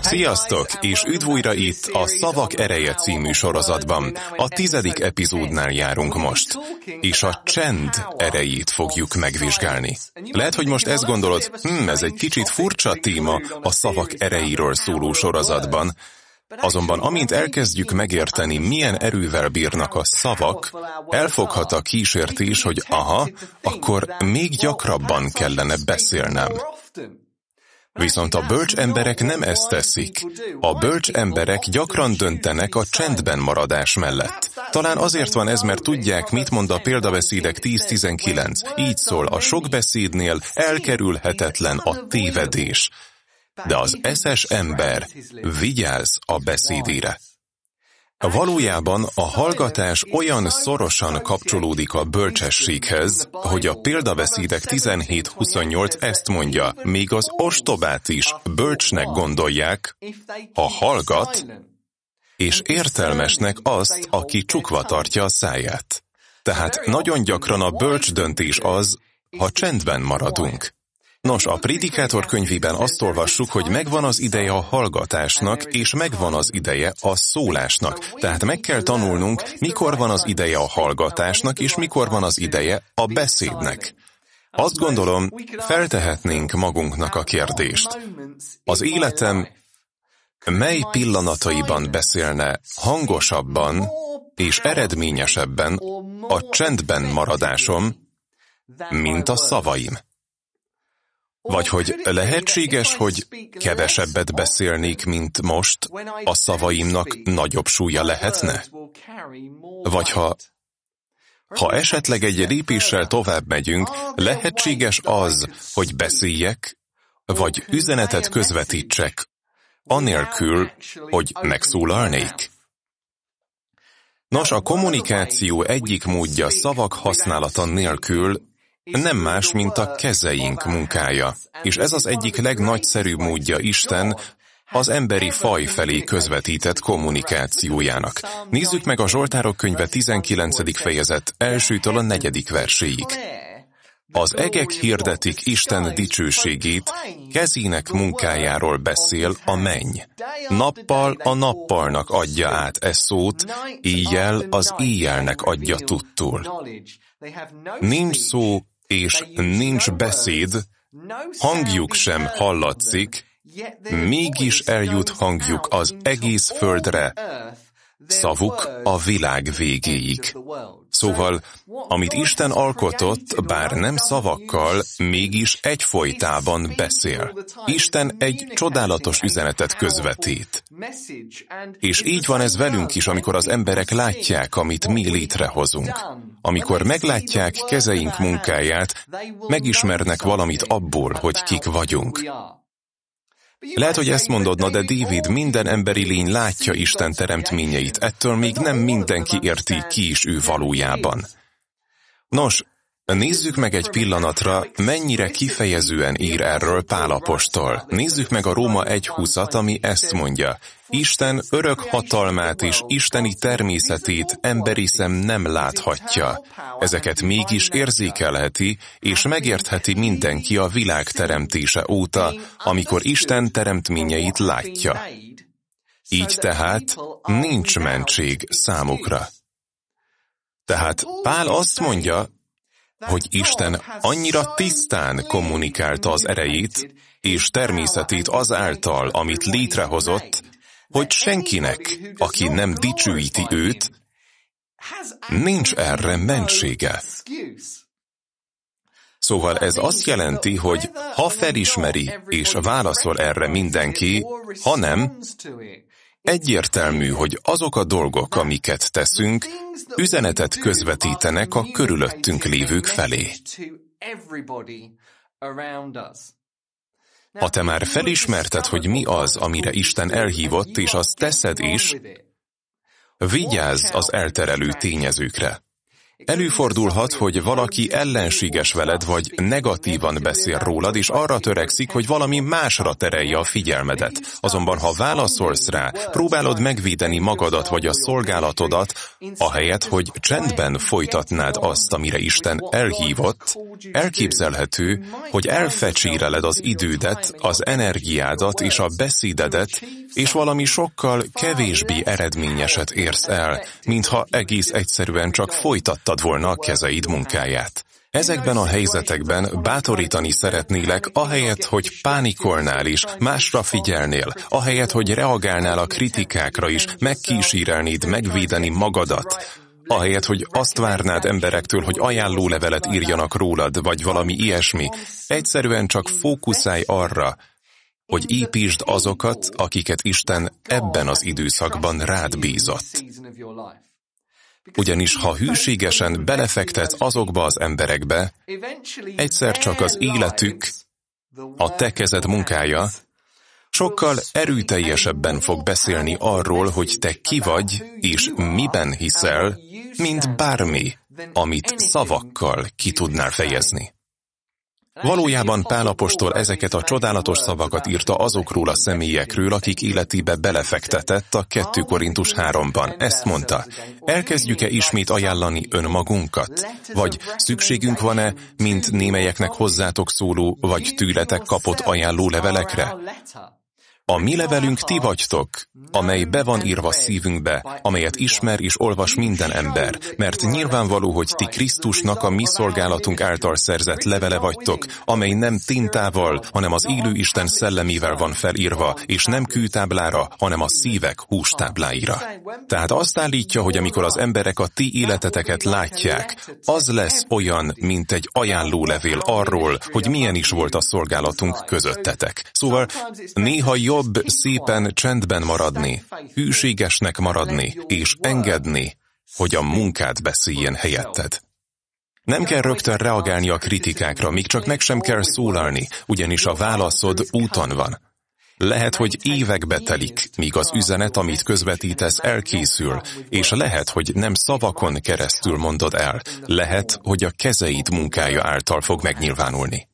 Sziasztok, és üdv újra itt a Szavak ereje című sorozatban. A 10. epizódnál járunk most, és a csend erejét fogjuk megvizsgálni. Lehet, hogy most ezt gondolod, ez egy kicsit furcsa téma a szavak erejéről szóló sorozatban. Azonban amint elkezdjük megérteni, milyen erővel bírnak a szavak, elfoghat a kísértés, hogy akkor még gyakrabban kellene beszélnem. Viszont a bölcs emberek nem ezt teszik. A bölcs emberek gyakran döntenek a csendben maradás mellett. Talán azért van ez, mert tudják, mit mond a példabeszédek 10:19. Így szól, a sok beszédnél elkerülhetetlen a tévedés. De az eszes ember vigyáz a beszédére. Valójában a hallgatás olyan szorosan kapcsolódik a bölcsességhez, hogy a példabeszédek 17:28 ezt mondja, még az ostobát is bölcsnek gondolják, ha hallgat, és értelmesnek azt, aki csukva tartja a száját. Tehát nagyon gyakran a bölcs döntés az, ha csendben maradunk. Nos, a Prédikátor könyvében azt olvassuk, hogy megvan az ideje a hallgatásnak, és megvan az ideje a szólásnak. Tehát meg kell tanulnunk, mikor van az ideje a hallgatásnak, és mikor van az ideje a beszédnek. Azt gondolom, feltehetnénk magunknak a kérdést. Az életem mely pillanataiban beszélne hangosabban és eredményesebben a csendben maradásom, mint a szavaim? Vagy hogy lehetséges, hogy kevesebbet beszélnék, mint most, a szavaimnak nagyobb súlya lehetne? Vagy ha esetleg egy lépéssel tovább megyünk, lehetséges az, hogy beszéljek, vagy üzenetet közvetítsek, anélkül, hogy megszólalnék? Nos, a kommunikáció egyik módja szavak használata nélkül nem más, mint a kezeink munkája, és ez az egyik legnagyszerűbb módja Isten az emberi faj felé közvetített kommunikációjának. Nézzük meg a Zsoltárok könyve 19. fejezet 1-től a 4. verséig. Az egek hirdetik Isten dicsőségét, kezének munkájáról beszél a menny. Nappal a nappalnak adja át e szót, éjjel az éjjelnek adja tudtul. Nincs szó és nincs beszéd, hangjuk sem hallatszik, mégis eljut hangjuk az egész földre, szavuk a világ végéig. Szóval, amit Isten alkotott, bár nem szavakkal, mégis egyfolytában beszél. Isten egy csodálatos üzenetet közvetít. És így van ez velünk is, amikor az emberek látják, amit mi létrehozunk. Amikor meglátják kezeink munkáját, megismernek valamit abból, hogy kik vagyunk. Lehet, hogy ezt mondod, de David, minden emberi lény látja Isten teremtményeit, ettől még nem mindenki érti, ki is ő valójában. Nos, nézzük meg egy pillanatra, mennyire kifejezően ír erről Pál apostol. Nézzük meg a Róma 1:20-at, ami ezt mondja. Isten örök hatalmát és isteni természetét emberi szem nem láthatja. Ezeket mégis érzékelheti, és megértheti mindenki a világ teremtése óta, amikor Isten teremtményeit látja. Így tehát nincs mentség számukra. Tehát Pál azt mondja, hogy Isten annyira tisztán kommunikálta az erejét és természetét azáltal, amit létrehozott, hogy senkinek, aki nem dicsőíti őt, nincs erre mentsége. Szóval ez azt jelenti, hogy ha felismeri és válaszol erre mindenki, ha nem, egyértelmű, hogy azok a dolgok, amiket teszünk, üzenetet közvetítenek a körülöttünk lévők felé. Ha te már felismerted, hogy mi az, amire Isten elhívott, és azt teszed is, vigyázz az elterelő tényezőkre. Előfordulhat, hogy valaki ellenséges veled, vagy negatívan beszél rólad, és arra törekszik, hogy valami másra terelje a figyelmedet. Azonban, ha válaszolsz rá, próbálod megvédeni magadat vagy a szolgálatodat, ahelyett, hogy csendben folytatnád azt, amire Isten elhívott, elképzelhető, hogy elfecséreled az idődet, az energiádat és a beszédedet, és valami sokkal kevésbé eredményeset érsz el, mintha egész egyszerűen csak folytattad volna a kezeid munkáját. Ezekben a helyzetekben bátorítani szeretnélek, ahelyett, hogy pánikolnál és másra figyelnél, ahelyett, hogy reagálnál a kritikákra is, megkísérelnéd megvédeni magadat, ahelyett, hogy azt várnád emberektől, hogy ajánlólevelet írjanak rólad, vagy valami ilyesmi, egyszerűen csak fókuszálj arra, hogy építsd azokat, akiket Isten ebben az időszakban rád bízott. Ugyanis ha hűségesen belefektetsz azokba az emberekbe, egyszer csak az életük, a te kezed munkája, sokkal erőteljesebben fog beszélni arról, hogy te ki vagy és miben hiszel, mint bármi, amit szavakkal ki tudnál fejezni. Valójában Pál apostol ezeket a csodálatos szavakat írta azokról a személyekről, akik életébe belefektetett a 2 Korintus 3-ban. Ezt mondta, elkezdjük-e ismét ajánlani önmagunkat? Vagy szükségünk van-e, mint némelyeknek hozzátok szóló, vagy tőletek kapott ajánló levelekre? A mi levelünk ti vagytok, amely be van írva szívünkbe, amelyet ismer és olvas minden ember, mert nyilvánvaló, hogy ti Krisztusnak a mi szolgálatunk által szerzett levele vagytok, amely nem tintával, hanem az élő Isten szellemével van felírva, és nem kőtáblára, hanem a szívek hústábláira. Tehát azt állítja, hogy amikor az emberek a ti életeteket látják, az lesz olyan, mint egy ajánlólevél arról, hogy milyen is volt a szolgálatunk közöttetek. Szóval néha jobb szépen csendben maradni, hűségesnek maradni, és engedni, hogy a munkád beszéljen helyetted. Nem kell rögtön reagálni a kritikákra, még csak meg sem kell szólalni, ugyanis a válaszod úton van. Lehet, hogy évekbe telik, míg az üzenet, amit közvetítesz, elkészül, és lehet, hogy nem szavakon keresztül mondod el, lehet, hogy a kezeid munkája által fog megnyilvánulni.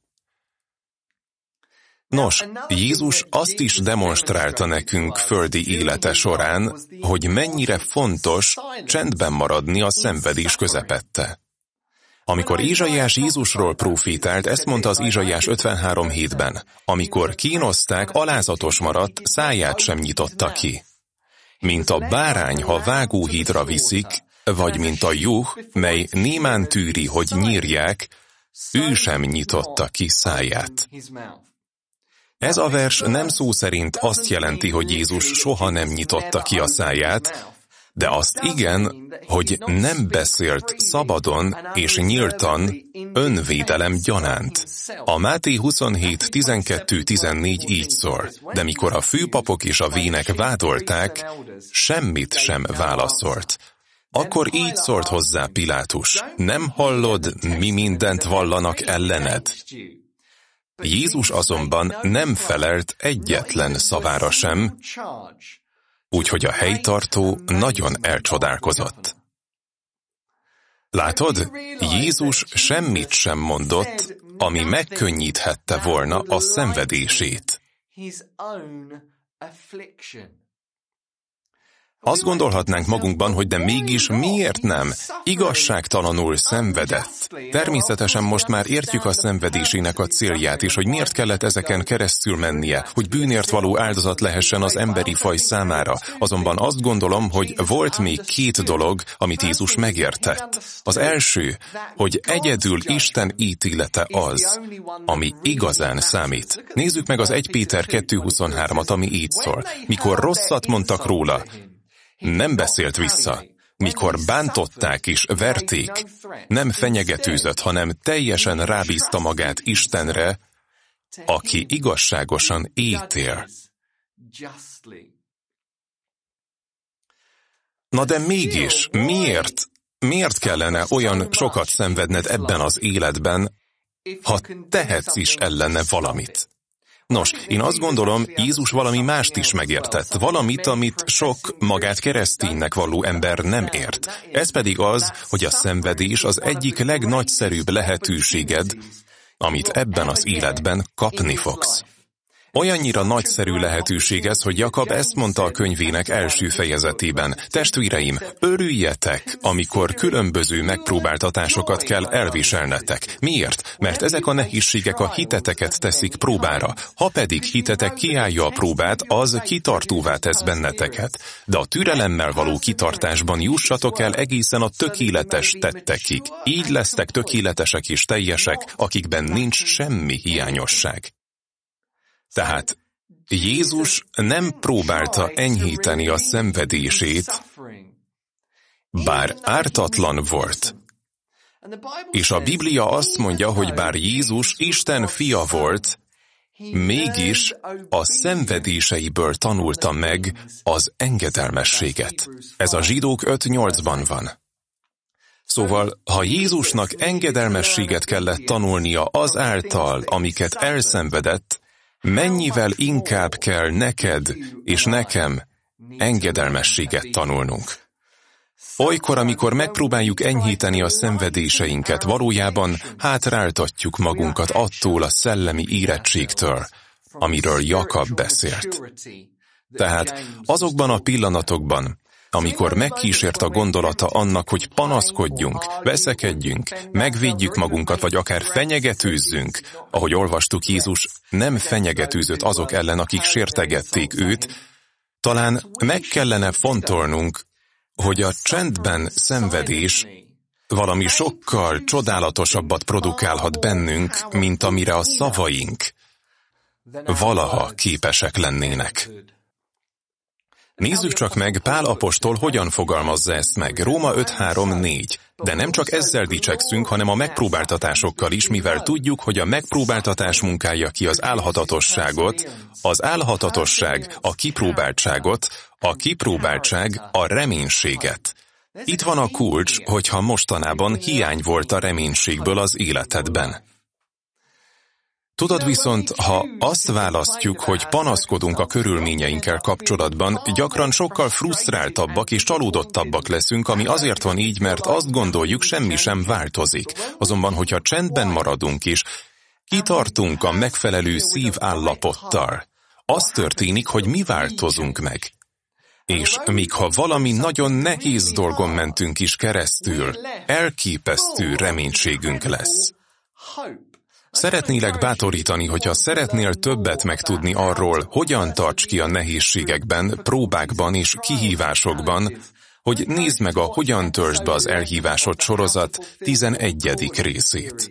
Nos, Jézus azt is demonstrálta nekünk földi élete során, hogy mennyire fontos csendben maradni a szenvedés közepette. Amikor Ézsaiás Jézusról profétált, ezt mondta az Ézsaiás 53:7-ben. Amikor kínozták, alázatos maradt, száját sem nyitotta ki. Mint a bárány, ha vágóhídra viszik, vagy mint a juh, mely némán tűri, hogy nyírják, ő sem nyitotta ki száját. Ez a vers nem szó szerint azt jelenti, hogy Jézus soha nem nyitotta ki a száját, de azt igen, hogy nem beszélt szabadon és nyíltan önvédelem gyanánt. A Máté 27:12-14 így szól, de mikor a főpapok és a vének vádolták, semmit sem válaszolt. Akkor így szólt hozzá Pilátus, nem hallod, mi mindent vallanak ellened? Jézus azonban nem felelt egyetlen szavára sem, úgyhogy a helytartó nagyon elcsodálkozott. Látod, Jézus semmit sem mondott, ami megkönnyíthette volna a szenvedését. Azt gondolhatnánk magunkban, hogy de mégis miért nem? Igazságtalanul szenvedett. Természetesen most már értjük a szenvedésének a célját is, hogy miért kellett ezeken keresztül mennie, hogy bűnért való áldozat lehessen az emberi faj számára. Azonban azt gondolom, hogy volt még 2 dolog, amit Jézus megértett. Az első, hogy egyedül Isten ítélete az, ami igazán számít. Nézzük meg az 1 Péter 2:23-at, ami így szól. Mikor rosszat mondtak róla, nem beszélt vissza. Mikor bántották és verték, nem fenyegetőzött, hanem teljesen rábízta magát Istenre, aki igazságosan ítél. Na de mégis, miért kellene olyan sokat szenvedned ebben az életben, ha tehetsz is ellene valamit? Nos, én azt gondolom, Jézus valami mást is megértett, valamit, amit sok magát kereszténynek valló ember nem ért. Ez pedig az, hogy a szenvedés az egyik legnagyszerűbb lehetőséged, amit ebben az életben kapni fogsz. Olyannyira nagyszerű lehetőség ez, hogy Jakab ezt mondta a könyvének első fejezetében. Testvéreim, örüljetek, amikor különböző megpróbáltatásokat kell elviselnetek. Miért? Mert ezek a nehézségek a hiteteket teszik próbára. Ha pedig hitetek kiállja a próbát, az kitartóvá tesz benneteket. De a türelemmel való kitartásban jussatok el egészen a tökéletes tettekig. Így lesztek tökéletesek és teljesek, akikben nincs semmi hiányosság. Tehát Jézus nem próbálta enyhíteni a szenvedését, bár ártatlan volt. És a Biblia azt mondja, hogy bár Jézus Isten fia volt, mégis a szenvedéseiből tanulta meg az engedelmességet. Ez a Zsidók 5:8-ban van. Szóval, ha Jézusnak engedelmességet kellett tanulnia azáltal, amiket elszenvedett, mennyivel inkább kell neked és nekem engedelmességet tanulnunk. Olykor, amikor megpróbáljuk enyhíteni a szenvedéseinket, valójában hátráltatjuk magunkat attól a szellemi érettségtől, amiről Jakab beszélt. Tehát azokban a pillanatokban, amikor megkísért a gondolata annak, hogy panaszkodjunk, veszekedjünk, megvédjük magunkat, vagy akár fenyegetőzzünk, ahogy olvastuk, Jézus nem fenyegetőzött azok ellen, akik sértegették őt, talán meg kellene fontolnunk, hogy a csendben szenvedés valami sokkal csodálatosabbat produkálhat bennünk, mint amire a szavaink valaha képesek lennének. Nézzük csak meg, Pál apostol hogyan fogalmazza ezt meg. Róma 5:3-4. De nem csak ezzel dicsekszünk, hanem a megpróbáltatásokkal is, mivel tudjuk, hogy a megpróbáltatás munkálja ki az álhatatosság a kipróbáltságot, a kipróbáltság a reménységet. Itt van a kulcs, hogyha mostanában hiány volt a reménységből az életedben. Tudod viszont, ha azt választjuk, hogy panaszkodunk a körülményeinkkel kapcsolatban, gyakran sokkal frusztráltabbak és csalódottabbak leszünk, ami azért van így, mert azt gondoljuk, semmi sem változik. Azonban, hogyha csendben maradunk és kitartunk a megfelelő szívállapottal, az történik, hogy mi változunk meg. És míg ha valami nagyon nehéz dolgon mentünk is keresztül, elképesztő reménységünk lesz. Szeretnélek bátorítani, hogyha szeretnél többet megtudni arról, hogyan tarts ki a nehézségekben, próbákban és kihívásokban, hogy nézd meg a Hogyan töltsd be az elhívásod sorozat 11. részét.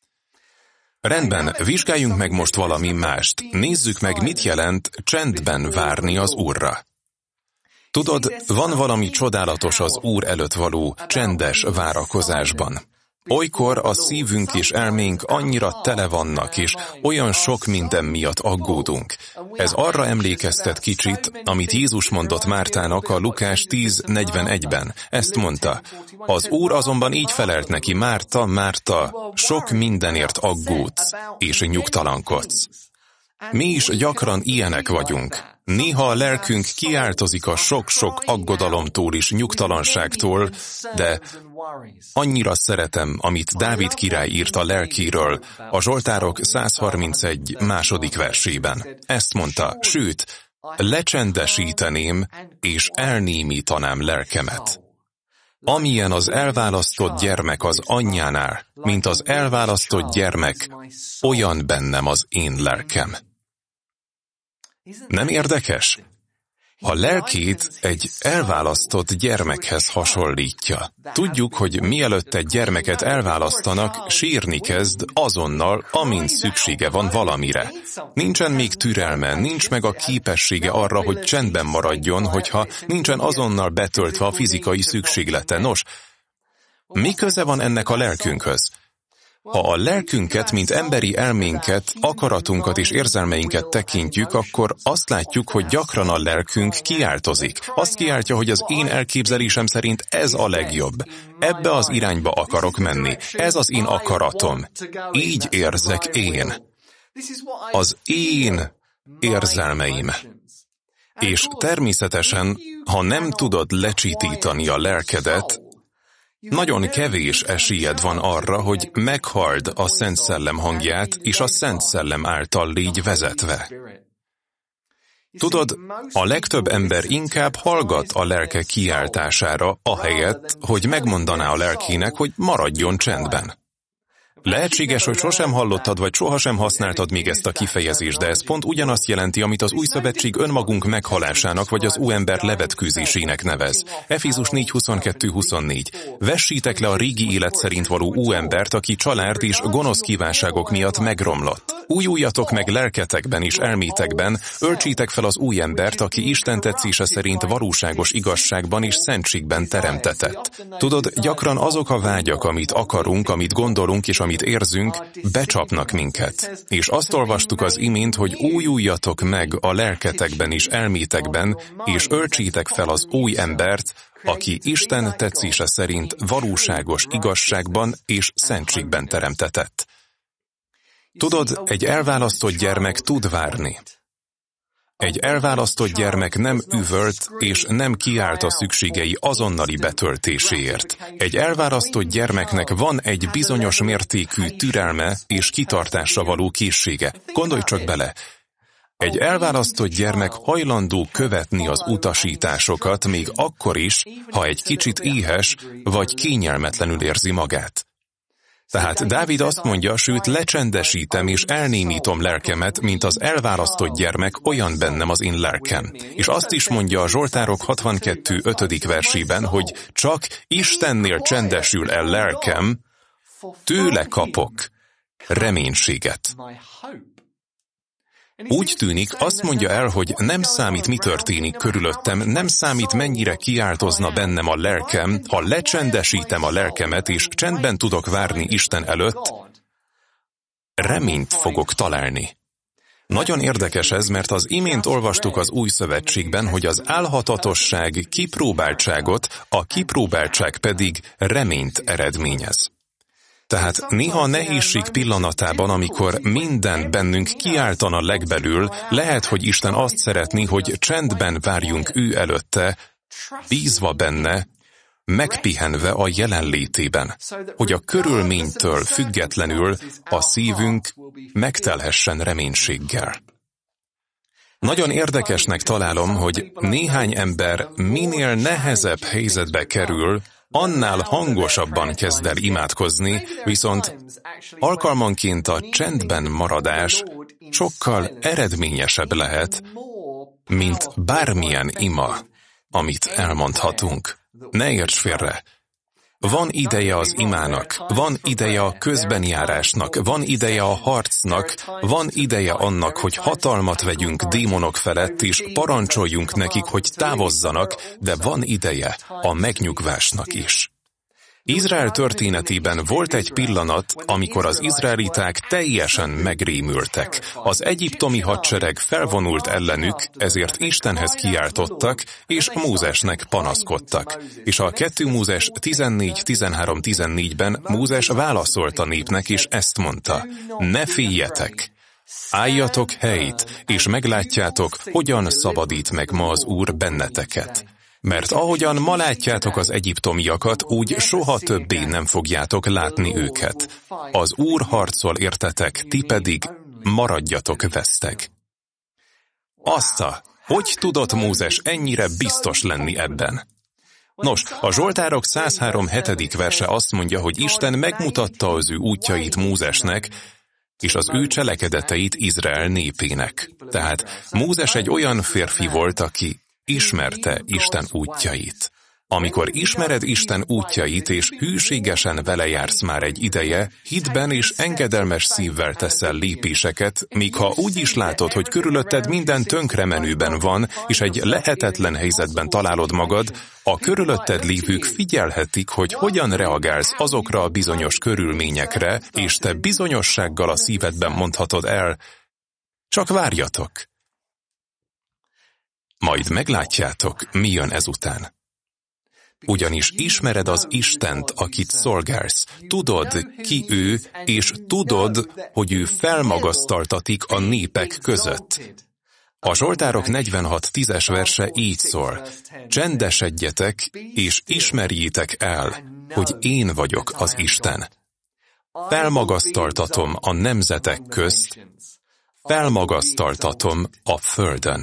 Rendben, vizsgáljunk meg most valami mást. Nézzük meg, mit jelent csendben várni az Úrra. Tudod, van valami csodálatos az Úr előtt való csendes várakozásban. Olykor a szívünk és elménk annyira tele vannak, és olyan sok minden miatt aggódunk. Ez arra emlékeztet kicsit, amit Jézus mondott Mártának a Lukás 10:41-ben. Ezt mondta: az Úr azonban így felelt neki: Márta, Márta, sok mindenért aggódsz, és nyugtalankodsz. Mi is gyakran ilyenek vagyunk. Néha a lelkünk kiáltozik a sok-sok aggodalomtól és nyugtalanságtól, de annyira szeretem, amit Dávid király írt a lelkéről, a Zsoltárok 131. második versében. Ezt mondta: sőt, lecsendesíteném és elnémítanám lelkemet. Amilyen az elválasztott gyermek az anyjánál, mint az elválasztott gyermek, olyan bennem az én lelkem. Nem érdekes? Ha lelkét egy elválasztott gyermekhez hasonlítja. Tudjuk, hogy mielőtt egy gyermeket elválasztanak, sírni kezd azonnal, amint szüksége van valamire. Nincsen még türelme, nincs meg a képessége arra, hogy csendben maradjon, hogyha nincsen azonnal betöltve a fizikai szükséglete. Nos, mi köze van ennek a lelkünkhöz? Ha a lelkünket, mint emberi elménket, akaratunkat és érzelmeinket tekintjük, akkor azt látjuk, hogy gyakran a lelkünk kiáltozik. Azt kiáltja, hogy az én elképzelésem szerint ez a legjobb. Ebbe az irányba akarok menni. Ez az én akaratom. Így érzek én. az én érzelmeim. És természetesen, ha nem tudod lecsitítani a lelkedet, nagyon kevés esélyed van arra, hogy meghalld a Szent Szellem hangját, és a Szent Szellem által légy vezetve. Tudod, a legtöbb ember inkább hallgat a lelke kiáltására, ahelyett, hogy megmondaná a lelkének, hogy maradjon csendben. Lehetséges, hogy sosem hallottad, vagy sohasem használtad még ezt a kifejezést, de ez pont ugyanazt jelenti, amit az Új Szövetség önmagunk meghalásának, vagy az óember levetkőzésének nevez. Efézus 4:22-24. Vessítek le a régi élet szerint való óembert, aki család és gonosz kívánságok miatt megromlott. Újuljatok meg lelketekben és elmétekben, öltsétek fel az új embert, aki Isten tetszése szerint valóságos igazságban és szentségben teremtetett. Tudod, gyakran azok a vágyak, amit akarunk, amit gondolunk és amit érzünk, becsapnak minket. És azt olvastuk az imént, hogy újuljatok meg a lelketekben és elmétekben, és öltsétek fel az új embert, aki Isten tetszése szerint valóságos igazságban és szentségben teremtetett. Tudod, egy elválasztott gyermek tud várni. Egy elválasztott gyermek nem üvölt és nem kiált a szükségei azonnali betöltéséért. Egy elválasztott gyermeknek van egy bizonyos mértékű türelme és kitartásra való készsége. Gondolj csak bele! Egy elválasztott gyermek hajlandó követni az utasításokat még akkor is, ha egy kicsit éhes vagy kényelmetlenül érzi magát. Tehát Dávid azt mondja, sőt lecsendesítem és elnémítom lelkemet, mint az elválasztott gyermek, olyan bennem az én lelkem. És azt is mondja a Zsoltárok 62:5. versében, hogy csak Istennél csendesül el lelkem, tőle kapok reménységet. Úgy tűnik, azt mondja el, hogy nem számít, mi történik körülöttem, nem számít, mennyire kiáltozna bennem a lelkem, ha lecsendesítem a lelkemet, és csendben tudok várni Isten előtt, reményt fogok találni. Nagyon érdekes ez, mert az imént olvastuk az Új Szövetségben, hogy az álhatatosság kipróbáltságot, a kipróbáltság pedig reményt eredményez. Tehát néha a nehézség pillanatában, amikor minden bennünk kiáltana legbelül, lehet, hogy Isten azt szeretné, hogy csendben várjunk ő előtte, bízva benne, megpihenve a jelenlétében, hogy a körülménytől függetlenül a szívünk megtelhessen reménységgel. Nagyon érdekesnek találom, hogy néhány ember minél nehezebb helyzetbe kerül, annál hangosabban kezd el imádkozni, viszont alkalmanként a csendben maradás sokkal eredményesebb lehet, mint bármilyen ima, amit elmondhatunk. Ne érts félre! Van ideje az imának, van ideje a közbenjárásnak, van ideje a harcnak, van ideje annak, hogy hatalmat vegyünk démonok felett, és parancsoljunk nekik, hogy távozzanak, de van ideje a megnyugvásnak is. Izrael történetében volt egy pillanat, amikor az izraeliták teljesen megrémültek. Az egyiptomi hadsereg felvonult ellenük, ezért Istenhez kiáltottak, és Mózesnek panaszkodtak. És a 2 Mózes 14:13-14-ben Mózes válaszolt a népnek, és ezt mondta: ne féljetek! Álljatok helyt, és meglátjátok, hogyan szabadít meg ma az Úr benneteket. Mert ahogyan ma látjátok az egyiptomiakat, úgy soha többé nem fogjátok látni őket. Az Úr harcol értetek, ti pedig maradjatok veszteg. Hogy tudott Mózes ennyire biztos lenni ebben? Nos, a Zsoltárok 103:7. verse azt mondja, hogy Isten megmutatta az ő útjait Mózesnek, és az ő cselekedeteit Izrael népének. Tehát Mózes egy olyan férfi volt, aki ismerte Isten útjait. Amikor ismered Isten útjait, és hűségesen vele jársz már egy ideje, hitben és engedelmes szívvel teszel lépéseket, míg ha úgy is látod, hogy körülötted minden tönkremenőben van, és egy lehetetlen helyzetben találod magad, a körülötted lévők figyelhetik, hogy hogyan reagálsz azokra a bizonyos körülményekre, és te bizonyossággal a szívedben mondhatod el: csak várjatok! Majd meglátjátok, mi jön ezután. ugyanis ismered az Istent, akit szolgálsz. Tudod, ki ő, és tudod, hogy ő felmagasztaltatik a népek között. A Zsoltárok 46:10 verse így szól: csendesedjetek, és ismerjétek el, hogy én vagyok az Isten. Felmagasztaltatom a nemzetek közt, felmagasztaltatom a földön.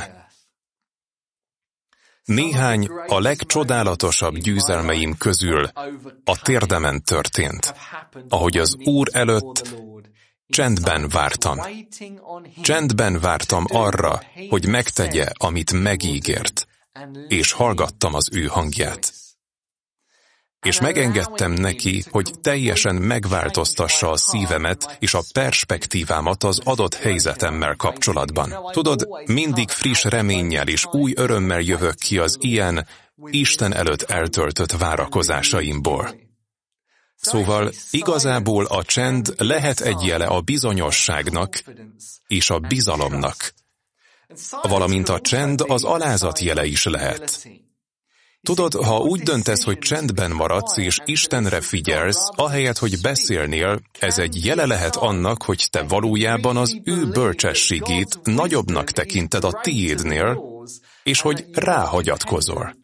Néhány a legcsodálatosabb győzelmeim közül a térdemen történt, ahogy az Úr előtt csendben vártam. Csendben vártam arra, hogy megtegye, amit megígért, és hallgattam az ő hangját. És megengedtem neki, hogy teljesen megváltoztassa a szívemet és a perspektívámat az adott helyzetemmel kapcsolatban. Tudod, mindig friss reménnyel és új örömmel jövök ki az ilyen, Isten előtt eltöltött várakozásaimból. Szóval igazából a csend lehet egy jele a bizonyosságnak és a bizalomnak, valamint a csend az alázat jele is lehet. Tudod, ha úgy döntesz, hogy csendben maradsz és Istenre figyelsz, ahelyett, hogy beszélnél, ez egy jele lehet annak, hogy te valójában az ő bölcsességét nagyobbnak tekinted a tiédnél, és hogy ráhagyatkozol.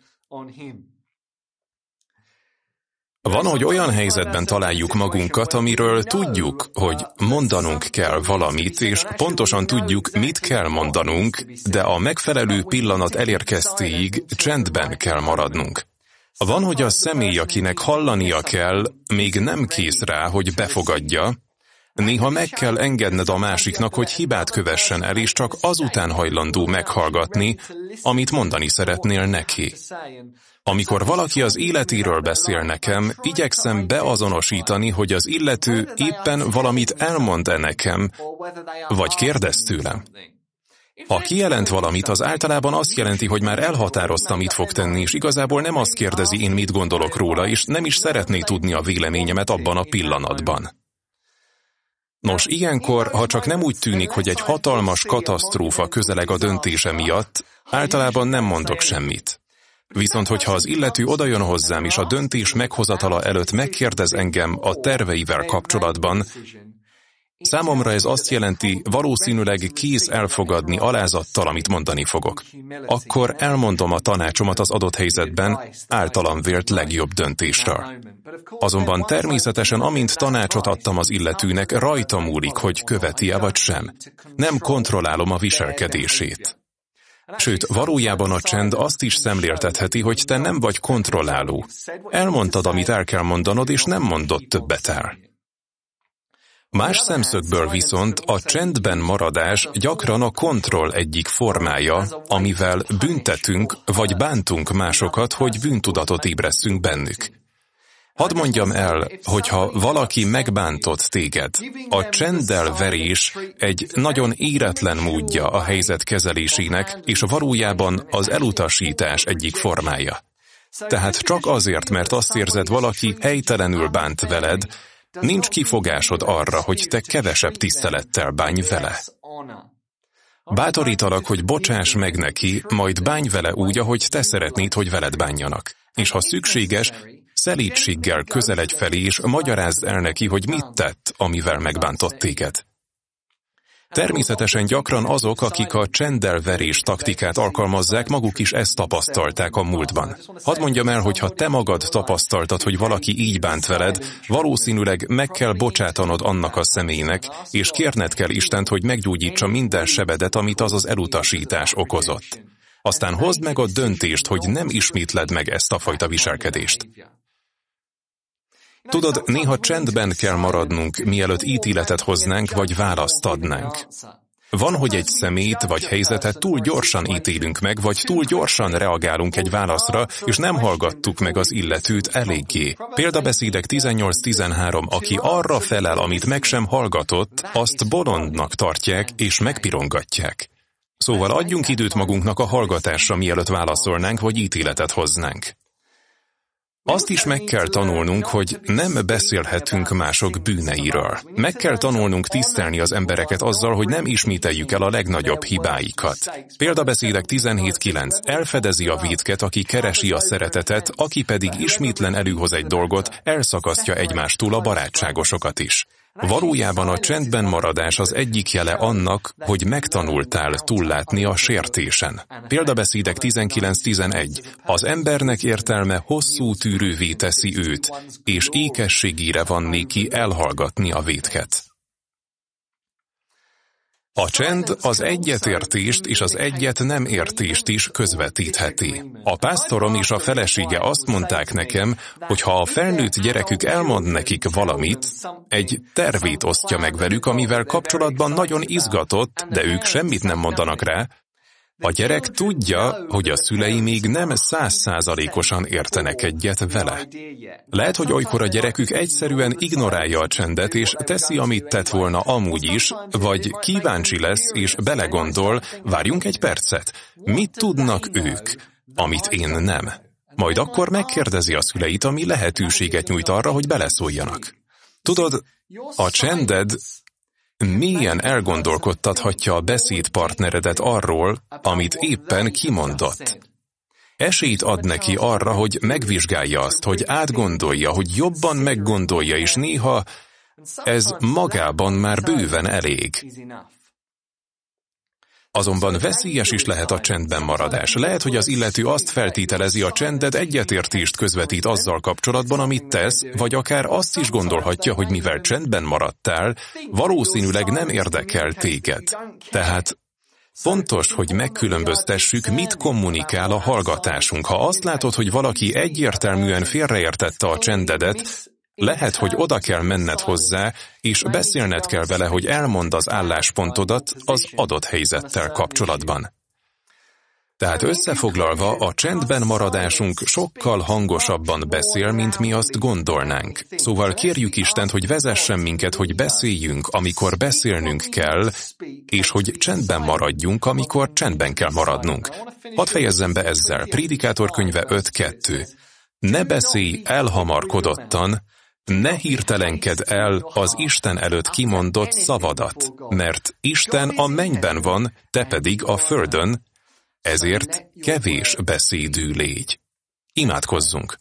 Van, hogy olyan helyzetben találjuk magunkat, amiről tudjuk, hogy mondanunk kell valamit, és pontosan tudjuk, mit kell mondanunk, de a megfelelő pillanat elérkeztéig csendben kell maradnunk. Van, hogy a személy, akinek hallania kell, még nem kész rá, hogy befogadja, néha meg kell engedned a másiknak, hogy hibát kövessen el, és csak azután hajlandó meghallgatni, amit mondani szeretnél neki. Amikor valaki az életéről beszél nekem, igyekszem beazonosítani, hogy az illető éppen valamit elmond-e nekem, vagy kérdez tőlem. Ha kijelent valamit, az általában azt jelenti, hogy már elhatározta, mit fog tenni, és igazából nem azt kérdezi, én mit gondolok róla, és nem is szeretné tudni a véleményemet abban a pillanatban. Nos, ilyenkor, ha csak nem úgy tűnik, hogy egy hatalmas katasztrófa közeleg a döntése miatt, általában nem mondok semmit. Viszont, hogyha az illető odajön hozzám, és a döntés meghozatala előtt megkérdez engem a terveivel kapcsolatban, számomra ez azt jelenti, valószínűleg kész elfogadni alázattal, amit mondani fogok. Akkor elmondom a tanácsomat az adott helyzetben általam vélt legjobb döntésről. Azonban természetesen, amint tanácsot adtam az illetőnek, rajta múlik, hogy követi-e vagy sem. Nem kontrollálom a viselkedését. Sőt, valójában a csend azt is szemléltetheti, hogy te nem vagy kontrolláló. Elmondtad, amit el kell mondanod, és nem mondod többet el. Más szemszögből viszont a csendben maradás gyakran a kontroll egyik formája, amivel büntetünk vagy bántunk másokat, hogy bűntudatot ébresztünk bennük. Hadd mondjam el, hogyha valaki megbántott téged, a csenddel verés egy nagyon éretlen módja a helyzet kezelésének, és valójában az elutasítás egyik formája. Tehát csak azért, mert azt érzed, valaki helytelenül bánt veled, nincs kifogásod arra, hogy te kevesebb tisztelettel bánj vele. Bátorítalak, hogy bocsáss meg neki, majd bánj vele úgy, ahogy te szeretnéd, hogy veled bánjanak. És ha szükséges, szelídséggel közeledj felé, és magyarázd el neki, hogy mit tett, amivel megbántott téged. Természetesen gyakran azok, akik a csenddel verés taktikát alkalmazzák, maguk is ezt tapasztalták a múltban. Hadd mondjam el, hogy ha te magad tapasztaltad, hogy valaki így bánt veled, valószínűleg meg kell bocsátanod annak a személynek, és kérned kell Istent, hogy meggyógyítsa minden sebedet, amit az az elutasítás okozott. Aztán hozd meg a döntést, hogy nem ismétled meg ezt a fajta viselkedést. Tudod, néha csendben kell maradnunk, mielőtt ítéletet hoznánk, vagy választ adnánk. Van, hogy egy személyt vagy helyzetet túl gyorsan ítélünk meg, vagy túl gyorsan reagálunk egy válaszra, és nem hallgattuk meg az illetőt eléggé. Példabeszédek 18:13, aki arra felel, amit meg sem hallgatott, azt bolondnak tartják, és megpirongatják. Szóval adjunk időt magunknak a hallgatásra, mielőtt válaszolnánk, vagy ítéletet hoznánk. Azt is meg kell tanulnunk, hogy nem beszélhetünk mások bűneiről. Meg kell tanulnunk tisztelni az embereket azzal, hogy nem ismételjük el a legnagyobb hibáikat. Példabeszédek 17:9. Elfedezi a vétket, aki keresi a szeretetet, aki pedig ismétlen előhoz egy dolgot, elszakasztja egymástól a barátságosokat is. Valójában a csendben maradás az egyik jele annak, hogy megtanultál túllátni a sértésen. Példabeszédek 19:11. Az embernek értelme hosszú tűrővé teszi őt, és ékességére van néki elhallgatni a vétket. A csend az egyetértést és az egyet nem értést is közvetítheti. A pásztorom és a felesége azt mondták nekem, hogy ha a felnőtt gyerekük elmond nekik valamit, egy tervét osztja meg velük, amivel kapcsolatban nagyon izgatott, de ők semmit nem mondanak rá. A gyerek tudja, hogy a szülei még nem 100%-osan értenek egyet vele. Lehet, hogy olykor a gyerekük egyszerűen ignorálja a csendet, és teszi, amit tett volna amúgy is, vagy kíváncsi lesz, és belegondol, várjunk egy percet, mit tudnak ők, amit én nem? Majd akkor megkérdezi a szüleit, ami lehetőséget nyújt arra, hogy beleszóljanak. Tudod, a csended mélyen elgondolkodtathatja a beszédpartneredet arról, amit éppen kimondott. Esélyt ad neki arra, hogy megvizsgálja azt, hogy átgondolja, hogy jobban meggondolja, és néha ez magában már bőven elég. Azonban veszélyes is lehet a csendben maradás. Lehet, hogy az illető azt feltételezi, a csended egyetértést közvetít azzal kapcsolatban, amit tesz, vagy akár azt is gondolhatja, hogy mivel csendben maradtál, valószínűleg nem érdekel téged. Tehát fontos, hogy megkülönböztessük, mit kommunikál a hallgatásunk. Ha azt látod, hogy valaki egyértelműen félreértette a csendedet, lehet, hogy oda kell menned hozzá, és beszélned kell vele, hogy elmondd az álláspontodat az adott helyzettel kapcsolatban. Tehát összefoglalva, a csendben maradásunk sokkal hangosabban beszél, mint mi azt gondolnánk. Szóval kérjük Istent, hogy vezessen minket, hogy beszéljünk, amikor beszélnünk kell, és hogy csendben maradjunk, amikor csendben kell maradnunk. Hadd fejezzem be ezzel. Prédikátor könyve 5:2. Ne beszélj elhamarkodottan, ne hirtelenkedd el az Isten előtt kimondott szavadat, mert Isten a mennyben van, te pedig a földön, ezért kevés beszédű légy. Imádkozzunk!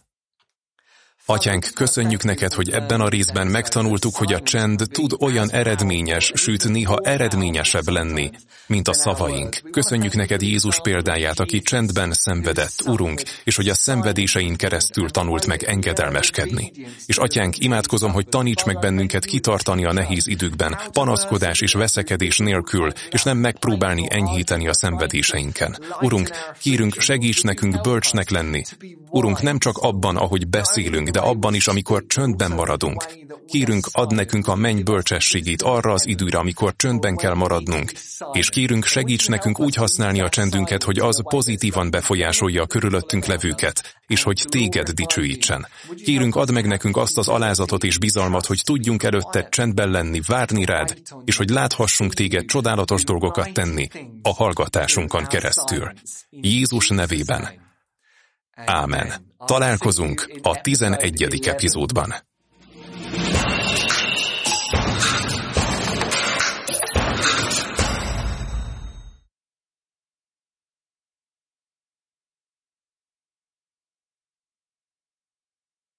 Atyánk, köszönjük neked, hogy ebben a részben megtanultuk, hogy a csend tud olyan eredményes, sőt néha eredményesebb lenni, mint a szavaink. Köszönjük neked Jézus példáját, aki csendben szenvedett, Urunk, és hogy a szenvedésein keresztül tanult meg engedelmeskedni. És Atyánk, imádkozom, hogy taníts meg bennünket kitartani a nehéz időkben, panaszkodás és veszekedés nélkül, és nem megpróbálni enyhíteni a szenvedéseinken. Urunk, kérünk, segíts nekünk bölcsnek lenni. Urunk, nem csak abban, ahogy beszélünk, de abban is, amikor csöndben maradunk. Kérünk, add nekünk a menny bölcsességét arra az időre, amikor csöndben kell maradnunk, és kérünk, segíts nekünk úgy használni a csendünket, hogy az pozitívan befolyásolja a körülöttünk levőket, és hogy téged dicsőítsen. Kérünk, add meg nekünk azt az alázatot és bizalmat, hogy tudjunk előtted csendben lenni, várni rád, és hogy láthassunk téged csodálatos dolgokat tenni a hallgatásunkon keresztül. Jézus nevében. Ámen. Találkozunk a 11. epizódban.